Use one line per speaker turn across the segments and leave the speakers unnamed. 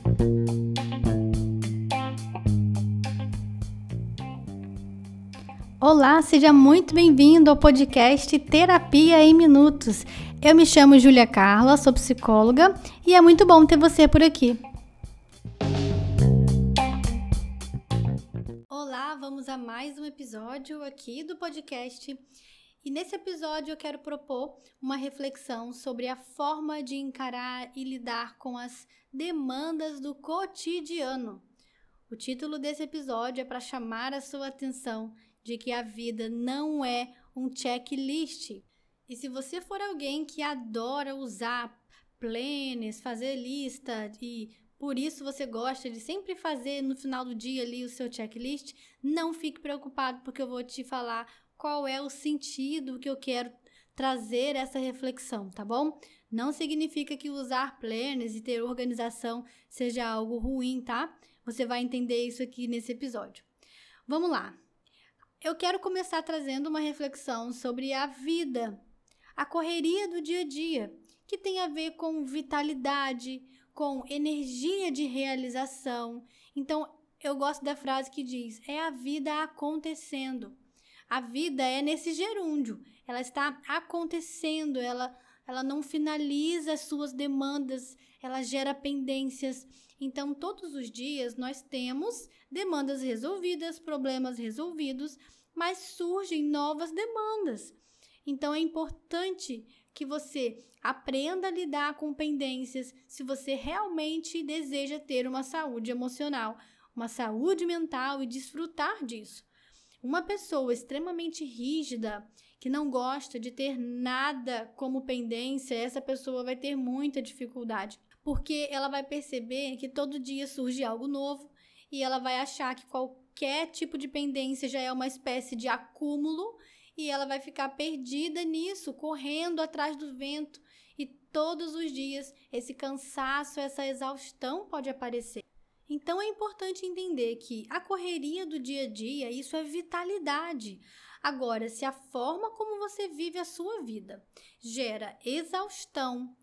Olá, seja muito bem-vindo ao podcast Terapia em Minutos. Eu me chamo Júlia Carla, sou psicóloga e é muito bom ter você por aqui. Olá, vamos a mais um episódio aqui do podcast. E nesse episódio eu quero propor uma reflexão sobre a forma de encarar e lidar com as demandas do cotidiano. O título desse episódio é para chamar a sua atenção de que a vida não é um checklist. E se você for alguém que adora usar planners, fazer lista e por isso você gosta de sempre fazer no final do dia ali o seu checklist, não fique preocupado porque eu vou te falar qual é o sentido que eu quero trazer essa reflexão, tá bom? Não significa que usar planners e ter organização seja algo ruim, tá? Você vai entender isso aqui nesse episódio. Vamos lá. Eu quero começar trazendo uma reflexão sobre a vida, a correria do dia a dia, que tem a ver com vitalidade, com energia de realização. Então, eu gosto da frase que diz, é a vida acontecendo. A vida é nesse gerúndio, ela está acontecendo, ela não finaliza as suas demandas, ela gera pendências. Então, todos os dias nós temos demandas resolvidas, problemas resolvidos, mas surgem novas demandas. Então, é importante que você aprenda a lidar com pendências se você realmente deseja ter uma saúde emocional, uma saúde mental e desfrutar disso. Uma pessoa extremamente rígida, que não gosta de ter nada como pendência, essa pessoa vai ter muita dificuldade, porque ela vai perceber que todo dia surge algo novo e ela vai achar que qualquer tipo de pendência já é uma espécie de acúmulo e ela vai ficar perdida nisso, correndo atrás do vento e todos os dias esse cansaço, essa exaustão pode aparecer. Então é importante entender que a correria do dia a dia, isso é vitalidade. Agora, se a forma como você vive a sua vida gera exaustão,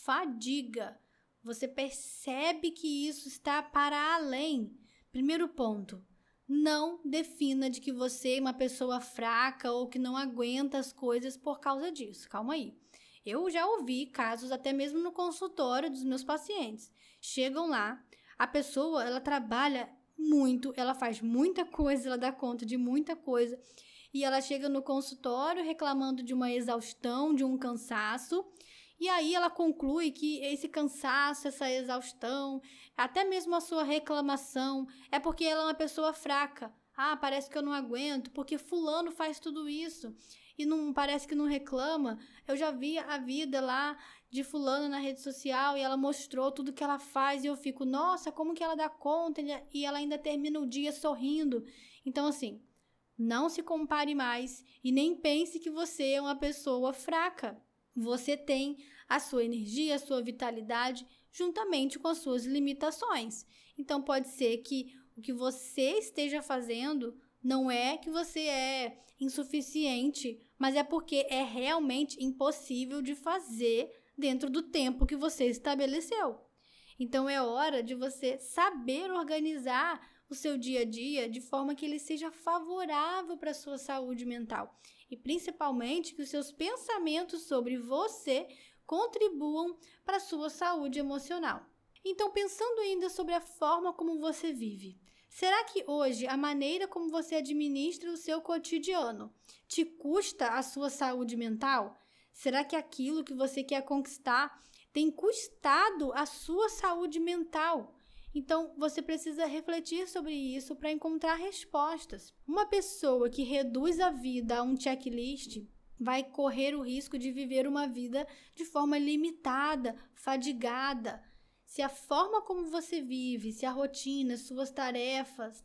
fadiga, você percebe que isso está para além. Primeiro ponto, não defina de que você é uma pessoa fraca ou que não aguenta as coisas por causa disso. Calma aí. Eu já ouvi casos até mesmo no consultório dos meus pacientes. Chegam lá, a pessoa, ela trabalha muito, ela faz muita coisa, ela dá conta de muita coisa. E ela chega no consultório reclamando de uma exaustão, de um cansaço. E aí ela conclui que esse cansaço, essa exaustão, até mesmo a sua reclamação, é porque ela é uma pessoa fraca. Ah, parece que eu não aguento, porque fulano faz tudo isso e não parece que não reclama. Eu já vi a vida lá de fulano na rede social e ela mostrou tudo que ela faz e eu fico, nossa, como que ela dá conta? E ela ainda termina o dia sorrindo. Então, assim, não se compare mais e nem pense que você é uma pessoa fraca. Você tem a sua energia, a sua vitalidade, juntamente com as suas limitações. Então, pode ser que o que você esteja fazendo não é que você é insuficiente, mas é porque é realmente impossível de fazer dentro do tempo que você estabeleceu. Então, é hora de você saber organizar o seu dia a dia de forma que ele seja favorável para a sua saúde mental. E principalmente que os seus pensamentos sobre você contribuam para a sua saúde emocional. Então, pensando ainda sobre a forma como você vive, será que hoje a maneira como você administra o seu cotidiano te custa a sua saúde mental? Será que aquilo que você quer conquistar tem custado a sua saúde mental? Então, você precisa refletir sobre isso para encontrar respostas. Uma pessoa que reduz a vida a um checklist vai correr o risco de viver uma vida de forma limitada, fadigada. Se a forma como você vive, se a rotina, suas tarefas,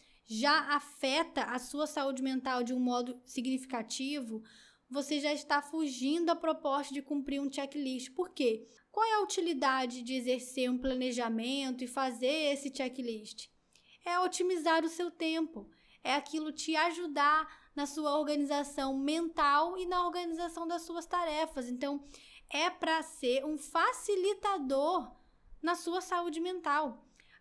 já afeta a sua saúde mental de um modo significativo, você já está fugindo da proposta de cumprir um checklist. Por quê? Qual é a utilidade de exercer um planejamento e fazer esse checklist? É otimizar o seu tempo, é aquilo te ajudar na sua organização mental e na organização das suas tarefas. Então, é para ser um facilitador na sua saúde mental.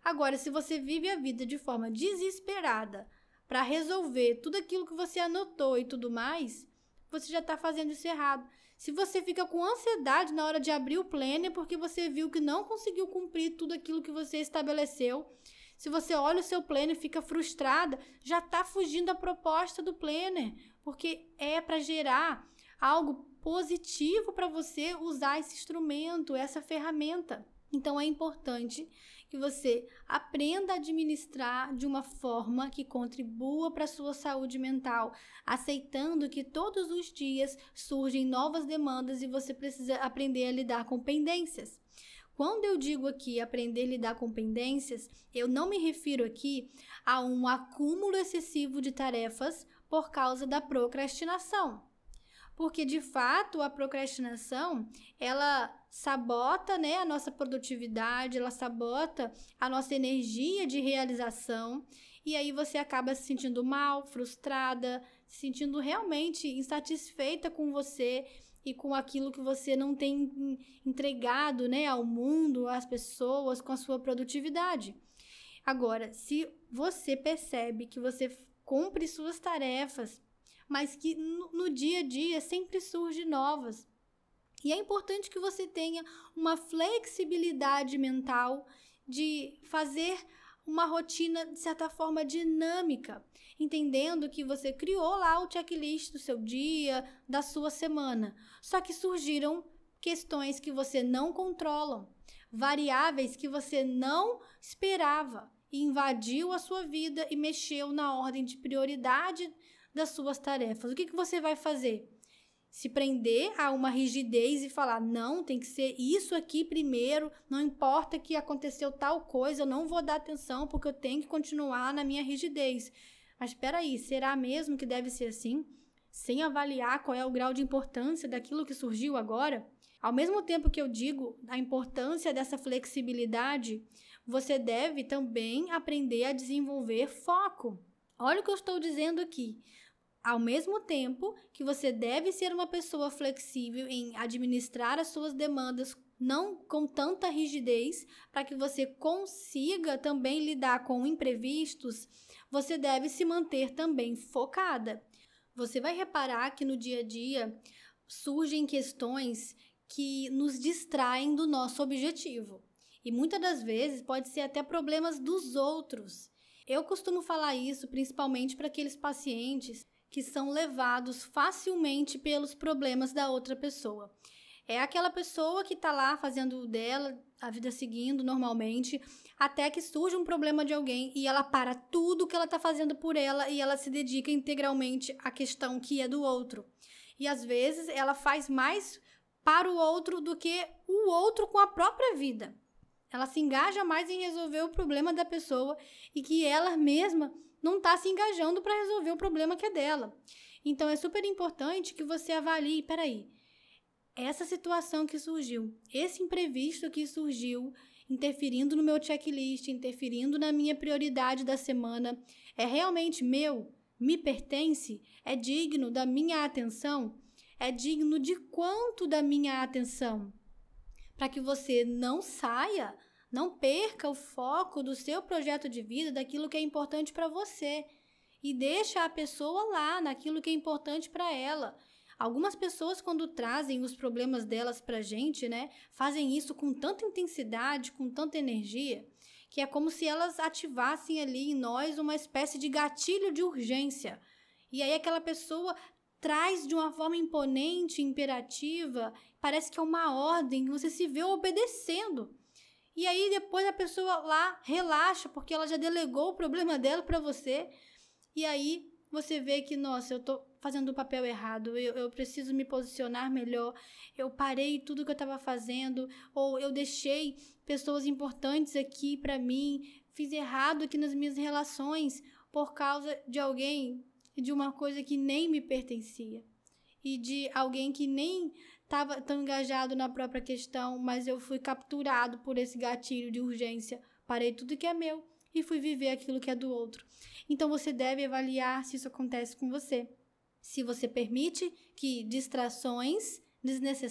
Agora, se você vive a vida de forma desesperada para resolver tudo aquilo que você anotou e tudo mais, você já está fazendo isso errado. Se você fica com ansiedade na hora de abrir o planner porque você viu que não conseguiu cumprir tudo aquilo que você estabeleceu, se você olha o seu planner e fica frustrada, já está fugindo da proposta do planner, porque é para gerar algo positivo para você usar esse instrumento, essa ferramenta. Então, é importante que você aprenda a administrar de uma forma que contribua para a sua saúde mental, aceitando que todos os dias surgem novas demandas e você precisa aprender a lidar com pendências. Quando eu digo aqui aprender a lidar com pendências, eu não me refiro aqui a um acúmulo excessivo de tarefas por causa da procrastinação. Porque, de fato, a procrastinação, ela sabota, né, a nossa produtividade, ela sabota a nossa energia de realização, e aí você acaba se sentindo mal, frustrada, se sentindo realmente insatisfeita com você e com aquilo que você não tem entregado, né, ao mundo, às pessoas, com a sua produtividade. Agora, se você percebe que você cumpre suas tarefas, mas que no dia a dia sempre surgem novas. E é importante que você tenha uma flexibilidade mental de fazer uma rotina, de certa forma, dinâmica, entendendo que você criou lá o checklist do seu dia, da sua semana. Só que surgiram questões que você não controla, variáveis que você não esperava e invadiu a sua vida e mexeu na ordem de prioridade das suas tarefas. O que você vai fazer? Se prender a uma rigidez e falar, não, tem que ser isso aqui primeiro, não importa que aconteceu tal coisa, eu não vou dar atenção porque eu tenho que continuar na minha rigidez. Mas espera aí, será mesmo que deve ser assim? Sem avaliar qual é o grau de importância daquilo que surgiu agora? Ao mesmo tempo que eu digo a importância dessa flexibilidade, você deve também aprender a desenvolver foco. Olha o que eu estou dizendo aqui. Ao mesmo tempo que você deve ser uma pessoa flexível em administrar as suas demandas, não com tanta rigidez, para que você consiga também lidar com imprevistos, você deve se manter também focada. Você vai reparar que no dia a dia surgem questões que nos distraem do nosso objetivo. E muitas das vezes pode ser até problemas dos outros. Eu costumo falar isso principalmente para aqueles pacientes que são levados facilmente pelos problemas da outra pessoa. É aquela pessoa que está lá fazendo o dela, a vida seguindo normalmente, até que surge um problema de alguém e ela para tudo que ela está fazendo por ela e ela se dedica integralmente à questão que é do outro. E às vezes ela faz mais para o outro do que o outro com a própria vida. Ela se engaja mais em resolver o problema da pessoa e que ela mesma não está se engajando para resolver o problema que é dela. Então, é super importante que você avalie, peraí, essa situação que surgiu, esse imprevisto que surgiu, interferindo no meu checklist, interferindo na minha prioridade da semana, é realmente meu? Me pertence? É digno da minha atenção? É digno de quanto da minha atenção? Para que você não saia, não perca o foco do seu projeto de vida, daquilo que é importante para você. E deixa a pessoa lá, naquilo que é importante para ela. Algumas pessoas, quando trazem os problemas delas para a gente, né, fazem isso com tanta intensidade, com tanta energia, que é como se elas ativassem ali em nós uma espécie de gatilho de urgência. E aí aquela pessoa traz de uma forma imponente, imperativa, parece que é uma ordem, você se vê obedecendo. E aí depois a pessoa lá relaxa, porque ela já delegou o problema dela para você. E aí você vê que, nossa, eu tô fazendo o papel errado, eu preciso me posicionar melhor, eu parei tudo que eu estava fazendo, ou eu deixei pessoas importantes aqui para mim, fiz errado aqui nas minhas relações por causa de alguém, de uma coisa que nem me pertencia, e de alguém que nem estava tão engajado na própria questão, mas eu fui capturado por esse gatilho de urgência, parei tudo que é meu e fui viver aquilo que é do outro. Então você deve avaliar se isso acontece com você. Se você permite que distrações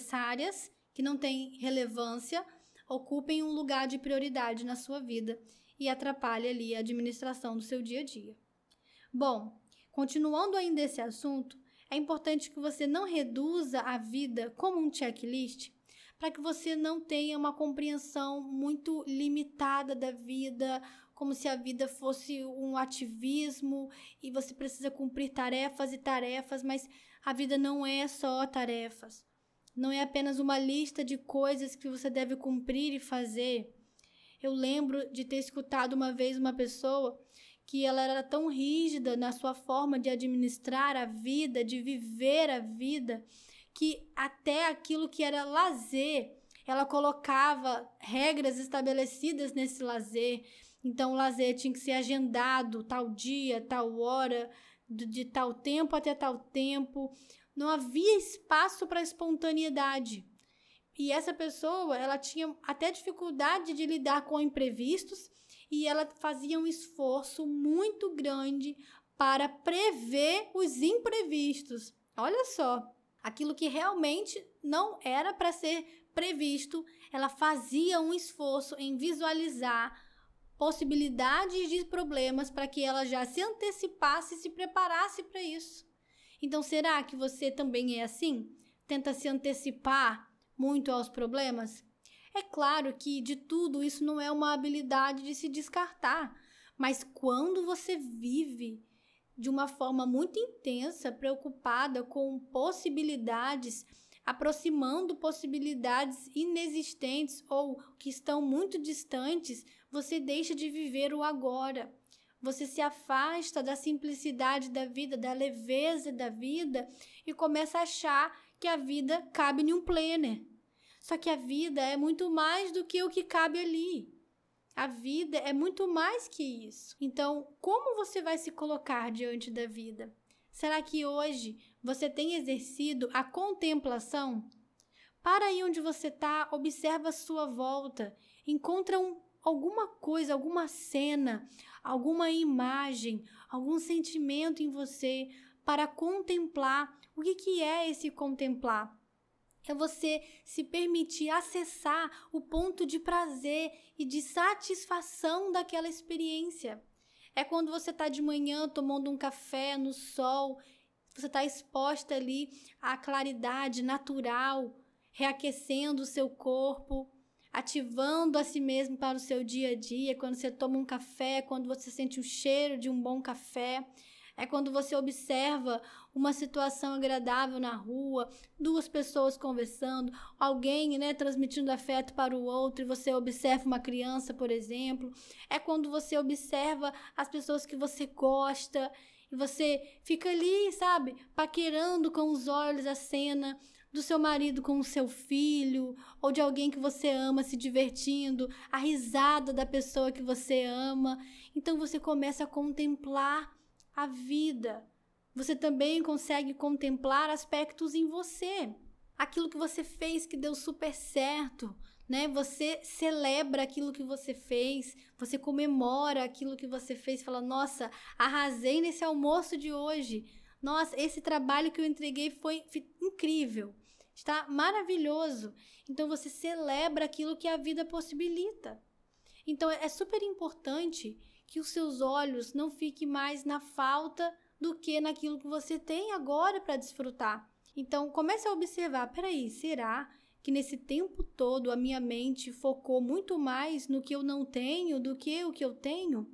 desnecessárias, que não têm relevância, ocupem um lugar de prioridade na sua vida. e atrapalha ali a administração do seu dia a dia. Bom, continuando ainda esse assunto, é importante que você não reduza a vida como um checklist, para que você não tenha uma compreensão muito limitada da vida, como se a vida fosse um ativismo e você precisa cumprir tarefas e tarefas, mas a vida não é só tarefas. Não é apenas uma lista de coisas que você deve cumprir e fazer. Eu lembro de ter escutado uma vez uma pessoa que ela era tão rígida na sua forma de administrar a vida, de viver a vida, que até aquilo que era lazer, ela colocava regras estabelecidas nesse lazer. Então, o lazer tinha que ser agendado, tal dia, tal hora, de tal tempo até tal tempo. Não havia espaço para espontaneidade. E essa pessoa, ela tinha até dificuldade de lidar com imprevistos e ela fazia um esforço muito grande para prever os imprevistos. Olha só, aquilo que realmente não era para ser previsto, ela fazia um esforço em visualizar possibilidades de problemas para que ela já se antecipasse e se preparasse para isso. Então, será que você também é assim? Tenta se antecipar muito aos problemas? É claro que de tudo isso não é uma habilidade de se descartar, mas quando você vive de uma forma muito intensa, preocupada com possibilidades, aproximando possibilidades inexistentes ou que estão muito distantes, você deixa de viver o agora. Você se afasta da simplicidade da vida, da leveza da vida e começa a achar que a vida cabe em um planner. Só que a vida é muito mais do que o que cabe ali. A vida é muito mais que isso. Então, como você vai se colocar diante da vida? Será que hoje você tem exercido a contemplação? Para aí onde você está, observa a sua volta, encontra alguma coisa, alguma cena, alguma imagem, algum sentimento em você para contemplar. O que é esse contemplar? É você se permitir acessar o ponto de prazer e de satisfação daquela experiência. É quando você está de manhã tomando um café no sol, você está exposta ali à claridade natural, reaquecendo o seu corpo, ativando a si mesmo para o seu dia a dia. Quando você toma um café, quando você sente o cheiro de um bom café. É quando você observa uma situação agradável na rua, duas pessoas conversando, alguém, transmitindo afeto para o outro e você observa uma criança, por exemplo. É quando você observa as pessoas que você gosta e você fica ali, sabe, paquerando com os olhos a cena do seu marido com o seu filho ou de alguém que você ama se divertindo, a risada da pessoa que você ama. Então você começa a contemplar a vida. Você também consegue contemplar aspectos em você. Aquilo que você fez que deu super certo, Você celebra aquilo que você fez, você comemora aquilo que você fez, fala, nossa, arrasei nesse almoço de hoje. Nossa, esse trabalho que eu entreguei foi incrível. Está maravilhoso. Então você celebra aquilo que a vida possibilita. Então é super importante que os seus olhos não fiquem mais na falta do que naquilo que você tem agora para desfrutar. Então, comece a observar, peraí, será que nesse tempo todo a minha mente focou muito mais no que eu não tenho do que o que eu tenho?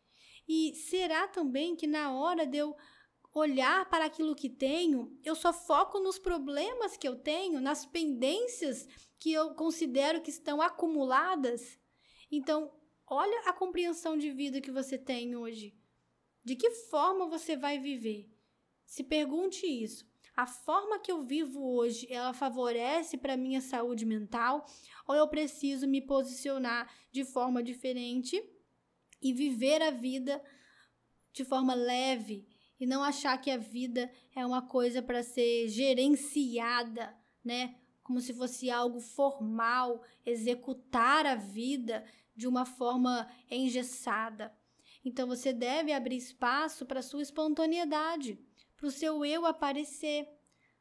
E será também que na hora de eu olhar para aquilo que tenho, eu só foco nos problemas que eu tenho, nas pendências que eu considero que estão acumuladas? Então, olha a compreensão de vida que você tem hoje. De que forma você vai viver? Se pergunte isso. A forma que eu vivo hoje, ela favorece para a minha saúde mental? Ou eu preciso me posicionar de forma diferente e viver a vida de forma leve e não achar que a vida é uma coisa para ser gerenciada, Como se fosse algo formal, executar a vida de uma forma engessada. Então, você deve abrir espaço para a sua espontaneidade, para o seu eu aparecer.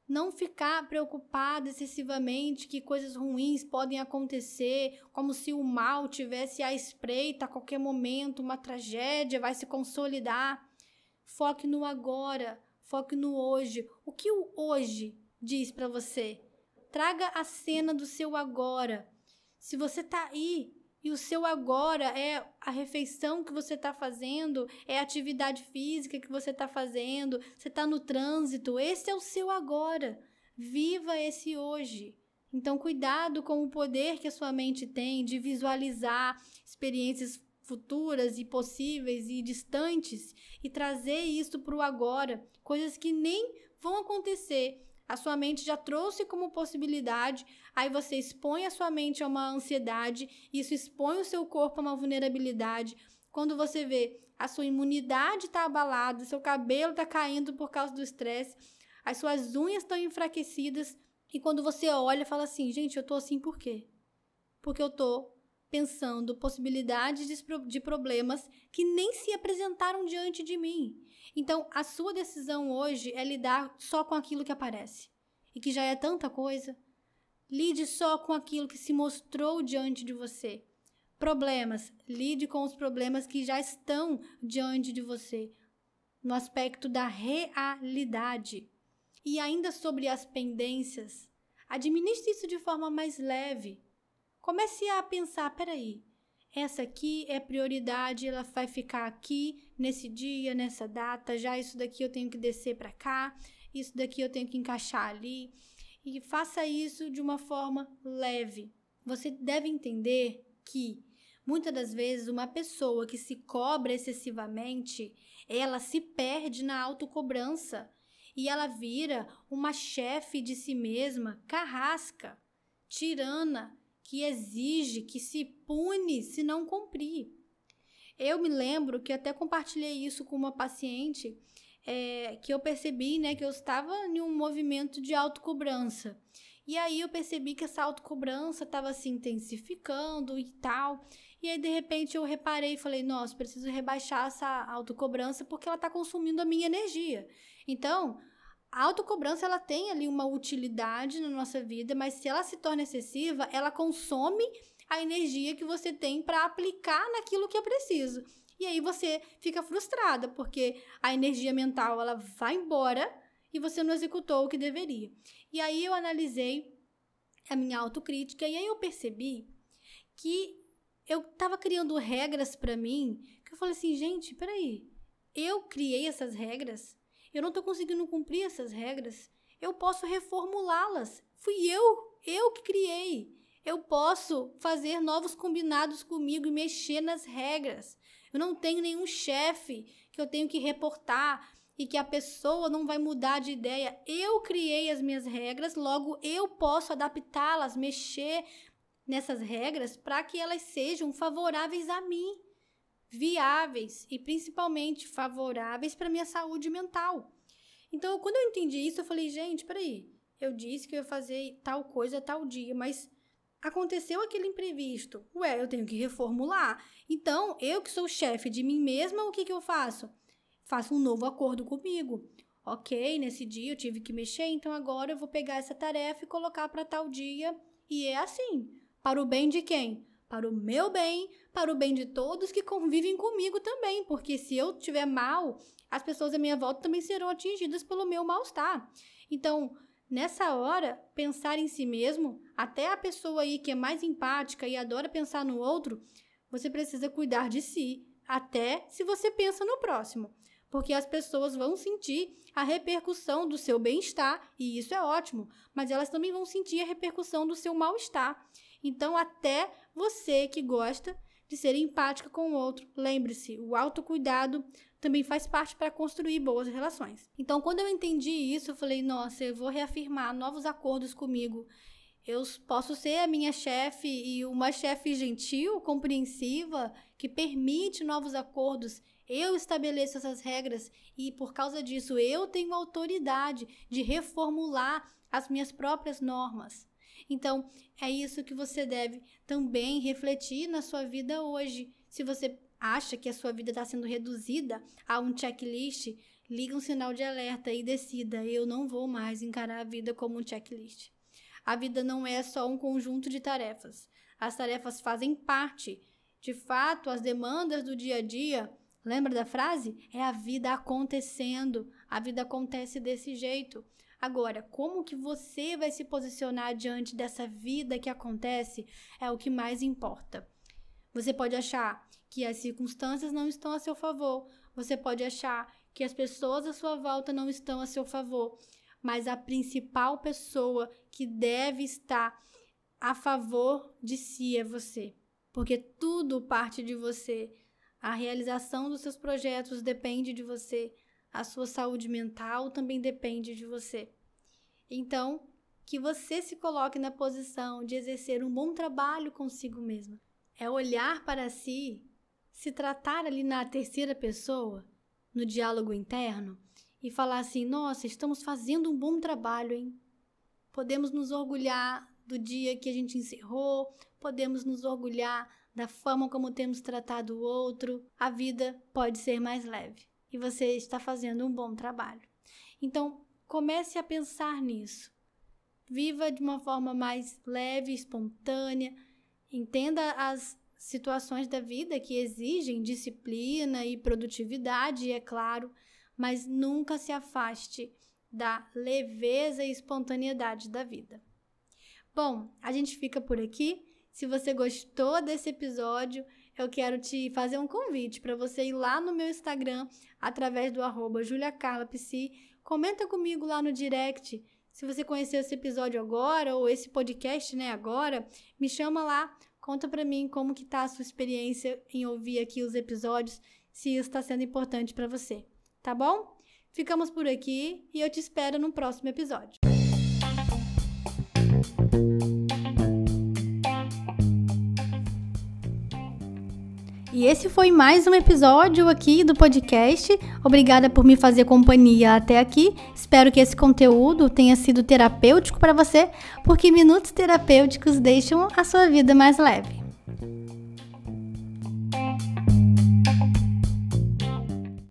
Não ficar preocupado excessivamente que coisas ruins podem acontecer, como se o mal tivesse à espreita a qualquer momento, uma tragédia vai se consolidar. Foque no agora, foque no hoje. O que o hoje diz para você? Traga a cena do seu agora. Se você está aí e o seu agora é a refeição que você está fazendo, é a atividade física que você está fazendo, você está no trânsito, esse é o seu agora. Viva esse hoje. Então, cuidado com o poder que a sua mente tem de visualizar experiências futuras e possíveis e distantes e trazer isso para o agora, coisas que nem vão acontecer. A sua mente já trouxe como possibilidade, aí você expõe a sua mente a uma ansiedade, isso expõe o seu corpo a uma vulnerabilidade. Quando você vê, a sua imunidade está abalada, seu cabelo está caindo por causa do estresse, as suas unhas estão enfraquecidas, e quando você olha, fala assim, gente, eu tô assim por quê? Porque eu tô pensando possibilidades de problemas que nem se apresentaram diante de mim. Então, a sua decisão hoje é lidar só com aquilo que aparece. E que já é tanta coisa. Lide só com aquilo que se mostrou diante de você. Problemas, lide com os problemas que já estão diante de você. No aspecto da realidade. E ainda sobre as pendências, administre isso de forma mais leve. Comece a pensar, peraí, essa aqui é prioridade, ela vai ficar aqui, nesse dia, nessa data, já isso daqui eu tenho que descer para cá, isso daqui eu tenho que encaixar ali. E faça isso de uma forma leve. Você deve entender que, muitas das vezes, uma pessoa que se cobra excessivamente, ela se perde na autocobrança e ela vira uma chefe de si mesma, carrasca, tirana, que exige, que se pune se não cumprir. Eu me lembro que até compartilhei isso com uma paciente, que eu percebi, né, que eu estava em um movimento de autocobrança. E aí eu percebi que essa autocobrança estava se intensificando e tal. E aí, de repente, eu reparei e falei, nossa, preciso rebaixar essa autocobrança porque ela está consumindo a minha energia. Então, a autocobrança, ela tem ali uma utilidade na nossa vida, mas se ela se torna excessiva, ela consome a energia que você tem para aplicar naquilo que é preciso. E aí você fica frustrada, porque a energia mental, ela vai embora e você não executou o que deveria. E aí eu analisei a minha autocrítica e aí eu percebi que eu estava criando regras para mim, que eu falei assim, gente, peraí, eu criei essas regras? Eu não estou conseguindo cumprir essas regras. Eu posso reformulá-las. Fui eu que criei. Eu posso fazer novos combinados comigo e mexer nas regras. Eu não tenho nenhum chefe que eu tenho que reportar e que a pessoa não vai mudar de ideia. Eu criei as minhas regras, logo eu posso adaptá-las, mexer nessas regras para que elas sejam favoráveis a mim, viáveis e principalmente favoráveis para a minha saúde mental. Então, quando eu entendi isso, eu falei, gente, peraí, eu disse que eu ia fazer tal coisa tal dia, mas aconteceu aquele imprevisto. Ué, eu tenho que reformular. Então, eu que sou chefe de mim mesma, o que eu faço? Faço um novo acordo comigo. Ok, nesse dia eu tive que mexer, então agora eu vou pegar essa tarefa e colocar para tal dia. E é assim, para o bem de quem? Para o meu bem, para o bem de todos que convivem comigo também, porque se eu estiver mal, as pessoas à minha volta também serão atingidas pelo meu mal-estar. Então, nessa hora, pensar em si mesmo, até a pessoa aí que é mais empática e adora pensar no outro, você precisa cuidar de si, até se você pensa no próximo, porque as pessoas vão sentir a repercussão do seu bem-estar, e isso é ótimo, mas elas também vão sentir a repercussão do seu mal-estar. Então, até você que gosta de ser empática com o outro, lembre-se, o autocuidado também faz parte para construir boas relações. Então, quando eu entendi isso, eu falei, nossa, eu vou reafirmar novos acordos comigo. Eu posso ser a minha chefe e uma chefe gentil, compreensiva, que permite novos acordos. Eu estabeleço essas regras e, por causa disso, eu tenho autoridade de reformular as minhas próprias normas. Então, é isso que você deve também refletir na sua vida hoje. Se você acha que a sua vida está sendo reduzida a um checklist, liga um sinal de alerta e decida: eu não vou mais encarar a vida como um checklist. A vida não é só um conjunto de tarefas. As tarefas fazem parte. De fato, as demandas do dia a dia, lembra da frase? É a vida acontecendo. A vida acontece desse jeito. Agora, como que você vai se posicionar diante dessa vida que acontece é o que mais importa. Você pode achar que as circunstâncias não estão a seu favor. Você pode achar que as pessoas à sua volta não estão a seu favor. Mas a principal pessoa que deve estar a favor de si é você. Porque tudo parte de você. A realização dos seus projetos depende de você. A sua saúde mental também depende de você. Então, que você se coloque na posição de exercer um bom trabalho consigo mesma. É olhar para si, se tratar ali na terceira pessoa, no diálogo interno, e falar assim: nossa, estamos fazendo um bom trabalho, hein? Podemos nos orgulhar do dia que a gente encerrou, podemos nos orgulhar da forma como temos tratado o outro. A vida pode ser mais leve e você está fazendo um bom trabalho. Então, comece a pensar nisso. Viva de uma forma mais leve, espontânea. Entenda as situações da vida que exigem disciplina e produtividade, é claro, mas nunca se afaste da leveza e espontaneidade da vida. Bom, a gente fica por aqui. Se você gostou desse episódio, eu quero te fazer um convite para você ir lá no meu Instagram, através do @juliacarlapsi. Comenta comigo lá no direct. Se você conheceu esse episódio agora, ou esse podcast, agora, me chama lá, conta pra mim como que tá a sua experiência em ouvir aqui os episódios, se isso está sendo importante para você, tá bom? Ficamos por aqui e eu te espero no próximo episódio. E esse foi mais um episódio aqui do podcast. Obrigada por me fazer companhia até aqui. Espero que esse conteúdo tenha sido terapêutico para você, porque minutos terapêuticos deixam a sua vida mais leve.